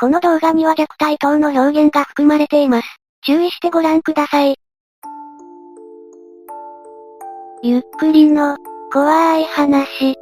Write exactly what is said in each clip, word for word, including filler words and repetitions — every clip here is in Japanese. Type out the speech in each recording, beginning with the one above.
この動画には虐待等の表現が含まれています。注意してご覧ください。ゆっくりの、怖い話。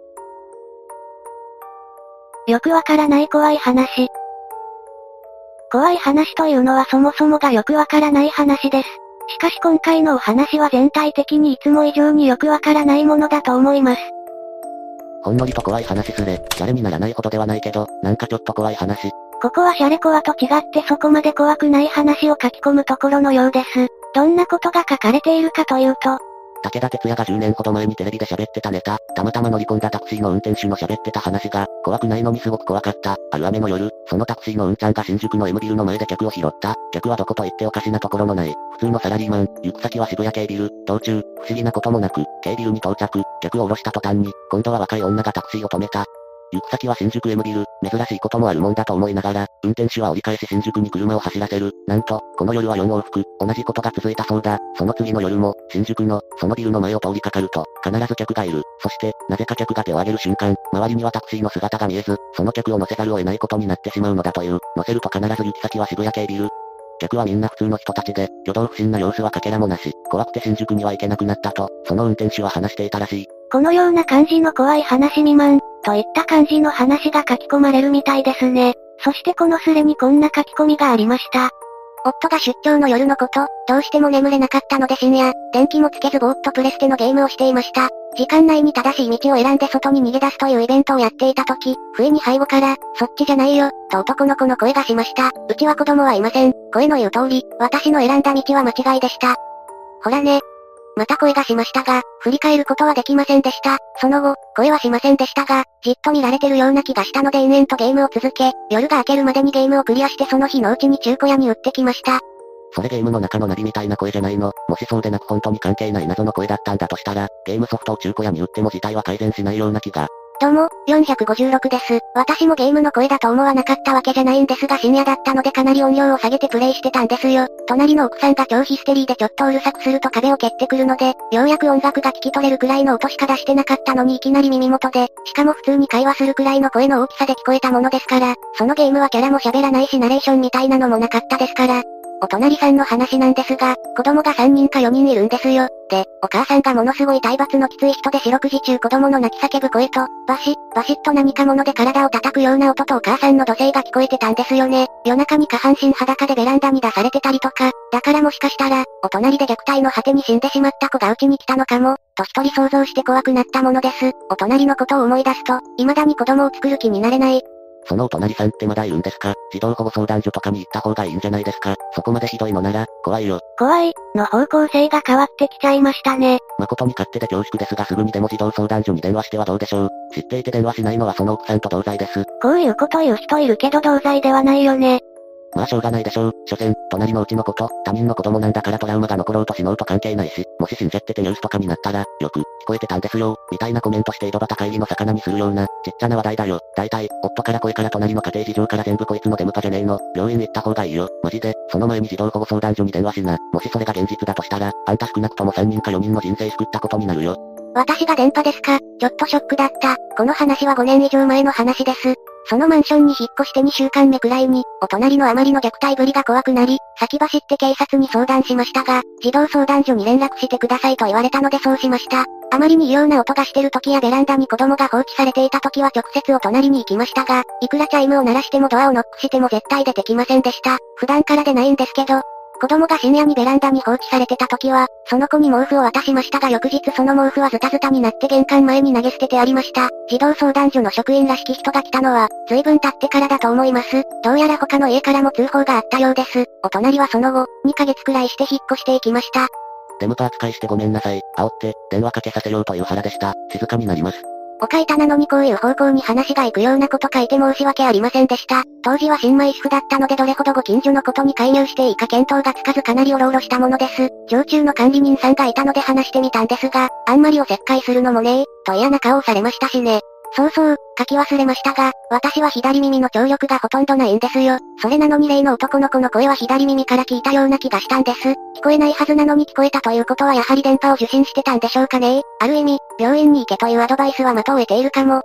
よくわからない怖い話。怖い話というのはそもそもがよくわからない話です。しかし今回のお話は全体的にいつも以上によくわからないものだと思います。 ほんのりと怖い話すれ、シャレにならないほどではないけど、なんかちょっと怖い話。 ここはシャレコアと違ってそこまで怖くない話を書き込むところのようです。どんなことが書かれているかというと、 武田鉄矢がじゅうねんほど前にテレビで喋ってたネタ、たまたま乗り込んだタクシーの運転手の喋ってた話が、怖くないのにすごく怖かった。ある雨の夜、そのタクシーのうんちゃんが新宿の エム ビルの前で客を拾った。客はどこと言っておかしなところのない、普通のサラリーマン、行く先は渋谷系ビル、道中、不思議なこともなく、系ビルに到着、客を降ろした途端に、今度は若い女がタクシーを止めた。行く先は新宿 エム ビル、珍しいこともあるもんだと思いながら、運転手は折り返し新宿に車を走らせる。なんと、この夜はよん往復、同じことが続いたそうだ。その次の夜も、新宿の、そのビルの前を通りかかると、必ず客がいる。そして、なぜか客が手を挙げる瞬間、周りにはタクシーの姿が見えず、その客を乗せざるを得ないことになってしまうのだという。乗せると必ず行き先は渋谷系ビル。客はみんな普通の人たちで、挙動不審な様子はかけらもなし、怖くて新宿には行けなくなったと、その運転手は話していたらしい。 このような感じの怖い話未満、といった感じの話が書き込まれるみたいですね。そしてこのスレにこんな書き込みがありました。夫が出張の夜のこと、どうしても眠れなかったので深夜、電気もつけずぼーっとプレステのゲームをしていました。時間内に正しい道を選んで外に逃げ出すというイベントをやっていた時、不意に背後から、そっちじゃないよ、と男の子の声がしました。うちは子供はいません。声の言う通り、私の選んだ道は間違いでした。ほらね。また声がしましたが、振り返ることはできませんでした。その後、声はしませんでしたが、じっと見られてるような気がしたので延々とゲームを続け、夜が明けるまでにゲームをクリアしてその日のうちに中古屋に売ってきました。 それゲームの中のナビみたいな声じゃないの。もしそうでなく本当に関係ない謎の声だったんだとしたら、ゲームソフトを中古屋に売っても事態は改善しないような気が。 どうも、よんひゃくごじゅうろくです。私もゲームの声だと思わなかったわけじゃないんですが深夜だったのでかなり音量を下げてプレイしてたんですよ。隣の奥さんが超ヒステリーでちょっとうるさくすると壁を蹴ってくるので、ようやく音楽が聞き取れるくらいの音しか出してなかったのにいきなり耳元で、しかも普通に会話するくらいの声の大きさで聞こえたものですから、そのゲームはキャラも喋らないしナレーションみたいなのもなかったですから。お隣さんの話なんですが、子供がさんにんかよにんいるんですよ。で、お母さんがものすごい体罰のきつい人で四六時中子供の泣き叫ぶ声と、バシッ、バシッと何か物で体を叩くような音とお母さんの怒声が聞こえてたんですよね。夜中に下半身裸でベランダに出されてたりとか、だからもしかしたら、お隣で虐待の果てに死んでしまった子がうちに来たのかも、と一人想像して怖くなったものです。お隣のことを思い出すと、未だに子供を作る気になれない。 そのお隣さんってまだいるんですか？児童保護相談所とかに行った方がいいんじゃないですか？そこまでひどいのなら、怖いよ。 怖い、の方向性が変わってきちゃいましたね。 誠に勝手で恐縮ですがすぐにでも児童相談所に電話してはどうでしょう。知っていて電話しないのはその奥さんと同罪です。 こういうこと言う人いるけど同罪ではないよね。 まあしょうがないでしょう。所詮、隣のうちの子と、他人の子供なんだからトラウマが残ろうと死のうと関係ないし、もし死んじゃっててニュースとかになったら、よく、聞こえてたんですよ、みたいなコメントして井戸端会議の魚にするような、ちっちゃな話題だよ。大体、夫から声から隣の家庭事情から全部こいつの出迎じゃねえの。病院行った方がいいよ。マジで、その前に児童保護相談所に電話しな。もしそれが現実だとしたら、あんた少なくともさんにんかよにんの人生救ったことになるよ。 私が電波ですか？ちょっとショックだった。この話はごねん以上前の話です。そのマンションに引っ越してにしゅうかんめくらいに、お隣のあまりの虐待ぶりが怖くなり、先走って警察に相談しましたが、児童相談所に連絡してくださいと言われたのでそうしました。あまりに異様な音がしてる時やベランダに子供が放置されていた時は直接お隣に行きましたが、いくらチャイムを鳴らしてもドアをノックしても絶対出てきませんでした。普段から出ないんですけど、子供が深夜にベランダに放置されてた時は、その子に毛布を渡しましたが翌日その毛布はズタズタになって玄関前に投げ捨ててありました。児童相談所の職員らしき人が来たのは、随分経ってからだと思います。どうやら他の家からも通報があったようです。お隣はその後、にかげつくらいして引っ越していきました。 デムパ扱いしてごめんなさい。煽って、電話かけさせようという腹でした。静かになります。 お書いたなのにこういう方向に話が行くようなこと書いて申し訳ありませんでした。当時は新米主婦だったのでどれほどご近所のことに介入していいか見当がつかずかなりおろおろしたものです。常駐の管理人さんがいたので話してみたんですが、あんまりおせっかいするのもねー、と嫌な顔をされましたしね。そうそう、書き忘れましたが、私は左耳の聴力がほとんどないんですよ。それなのに例の男の子の声は左耳から聞いたような気がしたんです。聞こえないはずなのに聞こえたということはやはり電波を受信してたんでしょうかね。ある意味、病院に行けというアドバイスは的を得ているかも。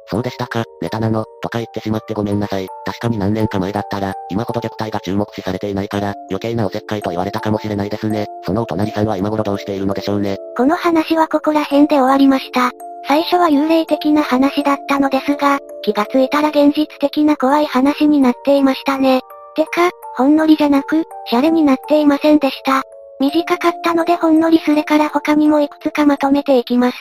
そうでしたか、ネタなの、とか言ってしまってごめんなさい。確かに何年か前だったら、今ほど虐待が注目視されていないから、余計なおせっかいと言われたかもしれないですね。そのお隣さんは今頃どうしているのでしょうね。 この話はここら辺で終わりました。最初は幽霊的な話だったのですが、気がついたら現実的な怖い話になっていましたね。てか、ほんのりじゃなく、シャレになっていませんでした。短かったのでほんのりすれから他にもいくつかまとめていきます。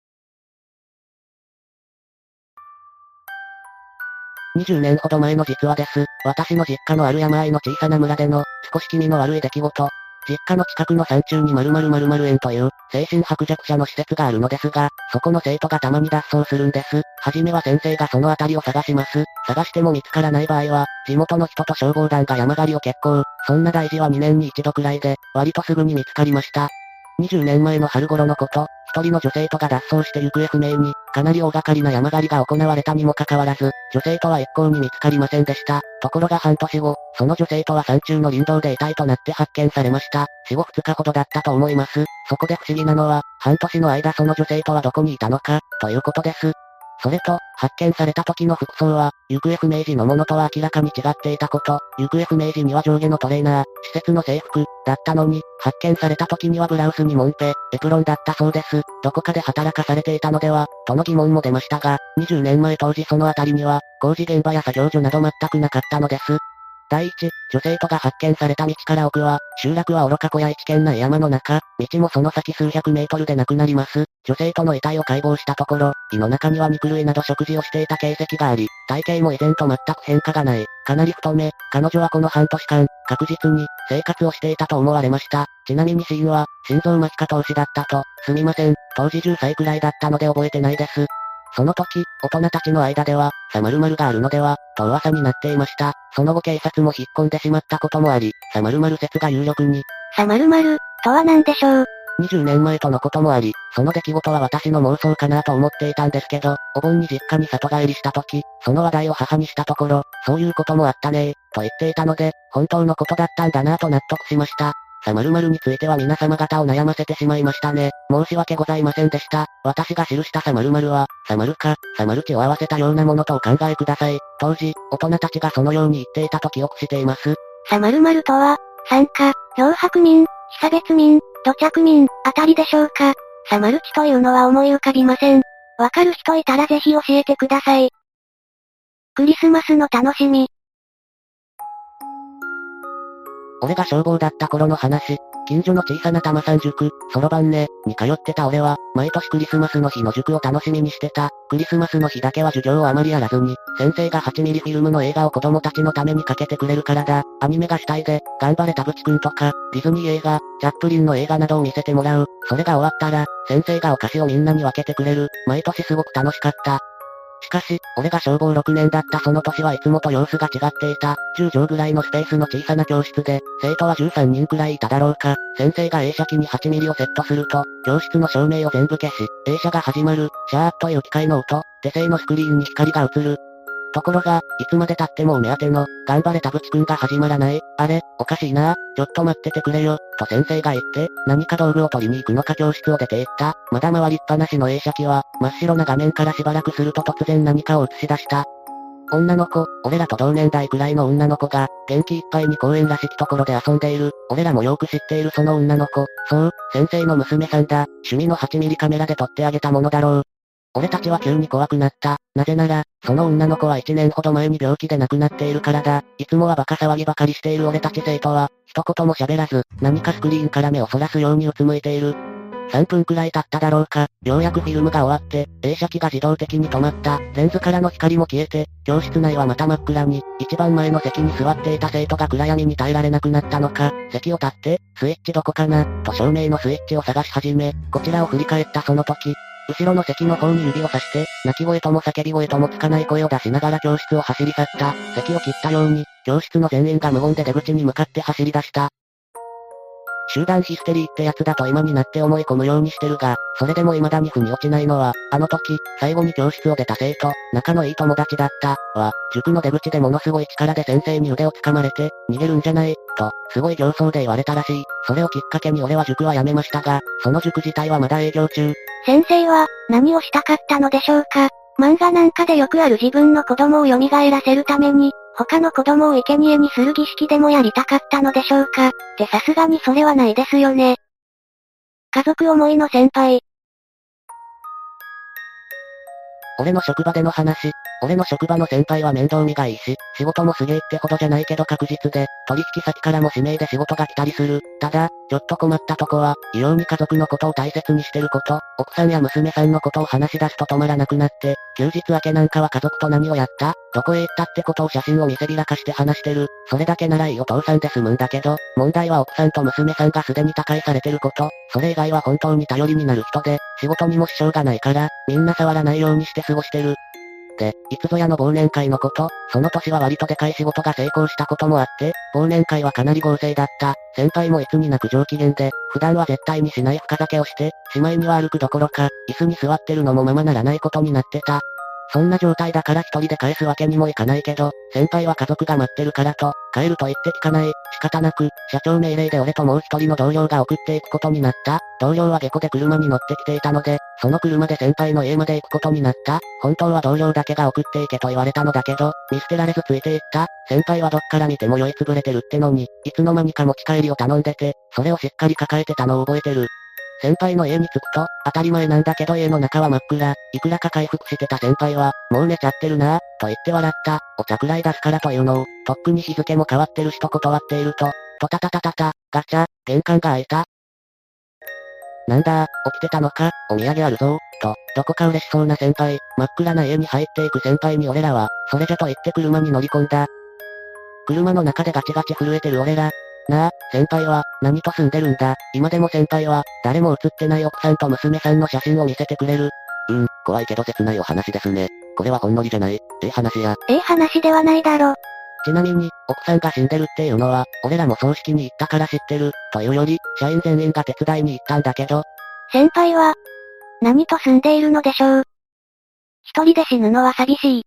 にじゅうねんほど前の実話です。私の実家のある山あいの小さな村での、少し気味の悪い出来事。実家の近くの山中に〇〇〇〇園という、精神薄弱者の施設があるのですが、そこの生徒がたまに脱走するんです。はじめは先生がその辺りを探します。探しても見つからない場合は、地元の人と消防団が山狩りを決行。そんな大事はにねんに一度くらいで、割とすぐに見つかりました。にじゅうねんまえの春頃のこと、一人の女性とが脱走して行方不明に、かなり大掛かりな山狩りが行われたにもかかわらず、女性とは一向に見つかりませんでした。ところが半年後、その女性とは山中の林道で遺体となって発見されました。死後ふつかほどだったと思います。そこで不思議なのは、半年の間その女性とはどこにいたのか、ということです。それと、発見された時の服装は、行方不明時のものとは明らかに違っていたこと、行方不明時には上下のトレーナー、施設の制服、だったのに、発見された時にはブラウスにモンペ、エプロンだったそうです。どこかで働かされていたのでは、との疑問も出ましたが、にじゅうねんまえ当時その辺りには、工事現場や作業所など全くなかったのです。第一、女性とが発見された道から奥は、集落は愚か小屋一軒ない山の中、道もその先数百メートルでなくなります。女性との遺体を解剖したところ、胃の中には肉類など食事をしていた形跡があり、体型も以前と全く変化がない、かなり太め、彼女はこの半年間、確実に、生活をしていたと思われました。ちなみに死因は、心臓麻痺か凍死だったと、すみません、当時じゅっさいくらいだったので覚えてないです。その時、大人たちの間では、さ〇〇があるのでは、と噂になっていました。その後警察も引っ込んでしまったこともあり、さ〇〇説が有力に。 さ〇〇、とは何でしょう。 にじゅうねんまえとのこともあり、その出来事は私の妄想かなと思っていたんですけど、お盆に実家に里帰りした時、その話題を母にしたところ、そういうこともあったねー、と言っていたので、本当のことだったんだなぁと納得しました。さ〇〇については皆様方を悩ませてしまいましたね。申し訳ございませんでした。私が記したさ〇〇は、さ〇か、さ〇地を合わせたようなものとお考えください。当時、大人たちがそのように言っていたと記憶しています。 さ〇〇とは、参加、漂白民、被差別民、土着民、あたりでしょうか。さ〇地というのは思い浮かびません。わかる人いたらぜひ教えてください。クリスマスの楽しみ。 俺が消防だった頃の話、近所の小さな玉山塾、そろばんね、に通ってた俺は、毎年クリスマスの日の塾を楽しみにしてた。クリスマスの日だけは授業をあまりやらずに、先生がはちミリフィルムの映画を子供たちのためにかけてくれるからだ。アニメが主体で、頑張れ田淵くんとか、ディズニー映画、チャップリンの映画などを見せてもらう。それが終わったら、先生がお菓子をみんなに分けてくれる。毎年すごく楽しかった。しかし、俺が消防ろくねんだったその年はいつもと様子が違っていた。じゅうじょうぐらいのスペースの小さな教室で、生徒はじゅうさんにんくらいいただろうか。先生が映写機にはちミリをセットすると、教室の照明を全部消し、映写が始まる、シャーッという機械の音、手製のスクリーンに光が映る。ところが、いつまで経ってもお目当ての、頑張れ田淵くんが始まらない。あれ、おかしいなぁ、ちょっと待っててくれよ、と先生が言って、何か道具を取りに行くのか教室を出て行った。まだ回りっぱなしの映写機は、真っ白な画面からしばらくすると突然何かを映し出した。女の子、俺らと同年代くらいの女の子が、元気いっぱいに公園らしきところで遊んでいる。俺らもよく知っているその女の子。そう、先生の娘さんだ。趣味のはちミリカメラで撮ってあげたものだろう。俺たちは急に怖くなった。なぜなら、その女の子はいちねんほど前に病気で亡くなっているからだ。いつもはバカ騒ぎばかりしている俺たち生徒は、一言も喋らず、何かスクリーンから目をそらすようにうつむいている。さんぷんくらい経っただろうか、ようやくフィルムが終わって、映写機が自動的に止まった。レンズからの光も消えて、教室内はまた真っ暗に、一番前の席に座っていた生徒が暗闇に耐えられなくなったのか、席を立って、スイッチどこかな、と照明のスイッチを探し始め、こちらを振り返ったその時、後ろの席の方に指をさして、泣き声とも叫び声ともつかない声を出しながら教室を走り去った。席を切ったように、教室の全員が無言で出口に向かって走り出した。集団ヒステリーってやつだと今になって思い込むようにしてるが、それでも未だに腑に落ちないのは、あの時、最後に教室を出た生徒、仲のいい友達だった、は、塾の出口でものすごい力で先生に腕を掴まれて、逃げるんじゃない、と、すごい形相で言われたらしい。それをきっかけに俺は塾は辞めましたが、その塾自体はまだ営業中。 先生は、何をしたかったのでしょうか。 漫画なんかでよくある自分の子供を蘇らせるために、他の子供を生贄にする儀式でもやりたかったのでしょうか。ってさすがにそれはないですよね。家族思いの先輩。 俺の職場での話。俺の職場の先輩は面倒見がいいし、仕事もすげえってほどじゃないけど確実で、取引先からも指名で仕事が来たりする。ただ、ちょっと困ったとこは、異様に家族のことを大切にしてること、奥さんや娘さんのことを話し出すと止まらなくなって、休日明けなんかは家族と何をやった?どこへ行ったってことを写真を見せびらかして話してる。それだけならいいお父さんで済むんだけど、問題は奥さんと娘さんがすでに他界されてること、それ以外は本当に頼りになる人で、仕事にも支障がないから、みんな触らないようにして過ごしてる。で、いつぞやの忘年会のこと、その年は割とでかい仕事が成功したこともあって、忘年会はかなり豪勢だった。先輩もいつになく上機嫌で、普段は絶対にしない深酒をして、しまいには歩くどころか、椅子に座ってるのもままならないことになってた。そんな状態だから一人で返すわけにもいかないけど、先輩は家族が待ってるからと、帰ると言って聞かない。仕方なく、社長命令で俺ともう一人の同僚が送っていくことになった。同僚は下戸で車に乗ってきていたので、その車で先輩の家まで行くことになった。本当は同僚だけが送っていけと言われたのだけど、見捨てられずついていった。先輩はどっから見ても酔いつぶれてるってのに、いつの間にか持ち帰りを頼んでて、それをしっかり抱えてたのを覚えてる。先輩の家に着くと、当たり前なんだけど家の中は真っ暗、いくらか回復してた先輩は、もう寝ちゃってるなぁ、と言って笑った。お茶くらい出すからというのを、とっくに日付も変わってるしと断っていると、とたたたたた、ガチャ、玄関が開いた。なんだ、起きてたのか、お土産あるぞ、と、どこか嬉しそうな先輩、真っ暗な家に入っていく先輩に俺らは、それじゃと言って車に乗り込んだ。車の中でガチガチ震えてる俺ら。なあ、先輩は、何と住んでるんだ。今でも先輩は、誰も写ってない奥さんと娘さんの写真を見せてくれる。 うん、怖いけど切ないお話ですね。これはほんのりじゃない。ええ話や。 ええ話ではないだろ。 ちなみに、奥さんが死んでるっていうのは、俺らも葬式に行ったから知ってる、というより、社員全員が手伝いに行ったんだけど。 先輩は、何と住んでいるのでしょう。一人で死ぬのは寂しい。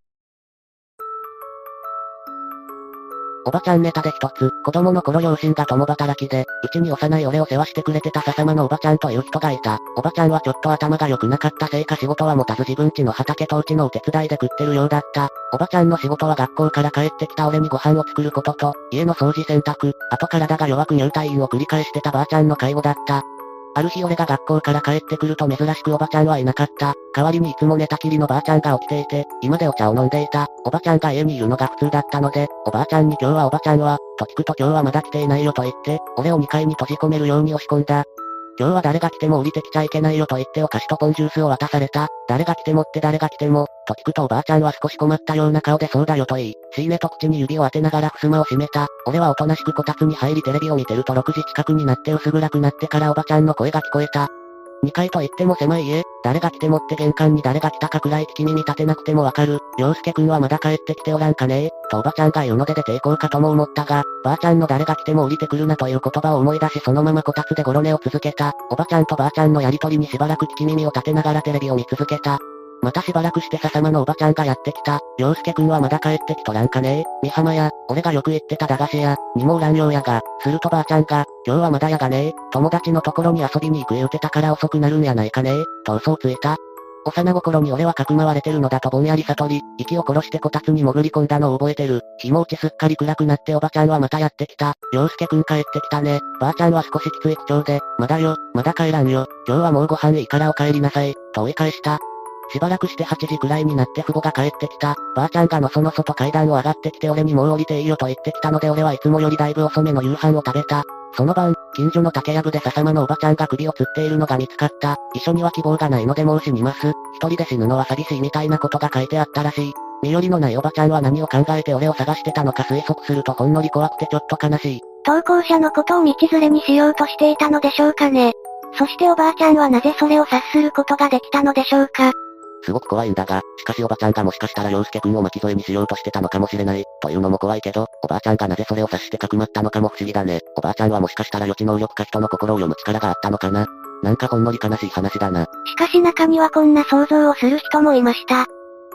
おばちゃんネタで一つ、子供の頃両親が共働きで、うちに幼い俺を世話してくれてた笹間のおばちゃんという人がいた。おばちゃんはちょっと頭が良くなかったせいか仕事は持たず自分家の畑とうちのお手伝いで食ってるようだった。おばちゃんの仕事は学校から帰ってきた俺にご飯を作ることと、家の掃除洗濯、あと体が弱く入退院を繰り返してたばあちゃんの介護だった。ある日俺が学校から帰ってくると珍しくおばちゃんはいなかった。代わりにいつも寝たきりのばあちゃんが起きていて、今でお茶を飲んでいた。おばちゃんが家にいるのが普通だったので、おばあちゃんに今日はおばちゃんは、と聞くと今日はまだ来ていないよと言って、俺をにかいに閉じ込めるように押し込んだ。今日は誰が来ても降りてきちゃいけないよと言ってお菓子とポンジュースを渡された。誰が来てもって誰が来ても、と聞くとおばあちゃんは少し困ったような顔でそうだよと言い、シーネと口に指を当てながら襖を閉めた。俺はおとなしくこたつに入りテレビを見てるとろくじ近くになって薄暗くなってからおばちゃんの声が聞こえた。にかいと言っても狭い家、誰が来てもって玄関に誰が来たかくらい聞き耳立てなくてもわかる。陽介くんはまだ帰ってきておらんかねえ、とおばちゃんが言うので出て行こうかとも思ったが、ばあちゃんの誰が来ても降りてくるなという言葉を思い出しそのままこたつでゴロ寝を続けた。おばちゃんとばあちゃんのやりとりにしばらく聞き耳を立てながらテレビを見続けた。またしばらくして笹間のおばちゃんがやってきた。陽介くんはまだ帰ってきとらんかねえ。美浜屋、俺がよく行ってた駄菓子屋、にもおらんようやが、するとばあちゃんが、今日はまだやがねえ。友達のところに遊びに行く言うてたから遅くなるんやないかねえ。と嘘をついた。幼心に俺はかくまわれてるのだとぼんやり悟り、息を殺してこたつに潜り込んだのを覚えてる。日も落ちすっかり暗くなっておばちゃんはまたやってきた。陽介くん帰ってきたね。ばあちゃんは少しきつい口調で、まだよ、まだ帰らんよ。今日はもうご飯いいからお帰りなさい。と追い返した。しばらくしてはちじくらいになって父母が帰ってきた。ばあちゃんがのそのそと階段を上がってきて俺にもう降りていいよと言ってきたので俺はいつもよりだいぶ遅めの夕飯を食べた。その晩、近所の竹やぶで笹間のおばちゃんが首を吊っているのが見つかった。遺書には希望がないのでもう死にます。一人で死ぬのは寂しいみたいなことが書いてあったらしい。身寄りのないおばちゃんは何を考えて俺を探してたのか推測するとほんのり怖くてちょっと悲しい。 投稿者のことを道連れにしようとしていたのでしょうかね。そしておばあちゃんはなぜそれを察することができたのでしょうか。 すごく怖いんだが、しかしおばちゃんがもしかしたら陽介くんを巻き添えにしようとしてたのかもしれない、というのも怖いけど、おばあちゃんがなぜそれを察してかくまったのかも不思議だね。おばあちゃんはもしかしたら予知能力か人の心を読む力があったのかな。なんかほんのり悲しい話だな。 しかし中にはこんな想像をする人もいました。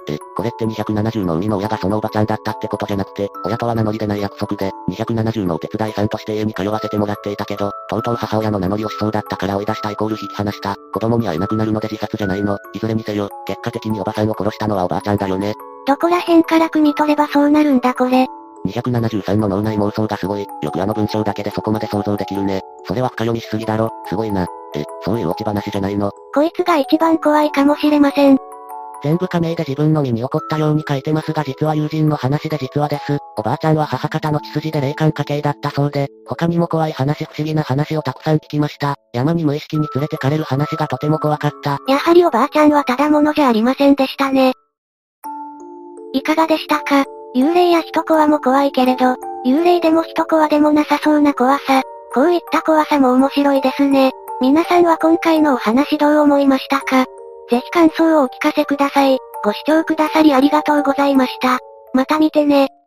え、これってにひゃくななじゅうの海の親がそのおばちゃんだったってことじゃなくて、親とは名乗りでない約束で、にひゃくななじゅうのお手伝いさんとして家に通わせてもらっていたけど、とうとう母親の名乗りをしそうだったから追い出したイコール引き離した。子供に会えなくなるので自殺じゃないの。いずれにせよ、結果的におばさんを殺したのはおばあちゃんだよね。 どこら辺から汲み取ればそうなるんだこれ。 にひゃくななじゅうさんの脳内妄想がすごい。よくあの文章だけでそこまで想像できるね。それは深読みしすぎだろ。すごいな。え、そういう落ち話じゃないの。 こいつが一番怖いかもしれません。 全部仮名で自分の身に起こったように書いてますが実は友人の話で実はです。おばあちゃんは母方の血筋で霊感家系だったそうで、他にも怖い話不思議な話をたくさん聞きました。山に無意識に連れてかれる話がとても怖かった。 やはりおばあちゃんはただものじゃありませんでしたね。いかがでしたか？幽霊や人コアも怖いけれど、幽霊でも人コアでもなさそうな怖さ。こういった怖さも面白いですね。皆さんは今回のお話どう思いましたか？ぜひ感想をお聞かせください。ご視聴くださりありがとうございました。また見てね。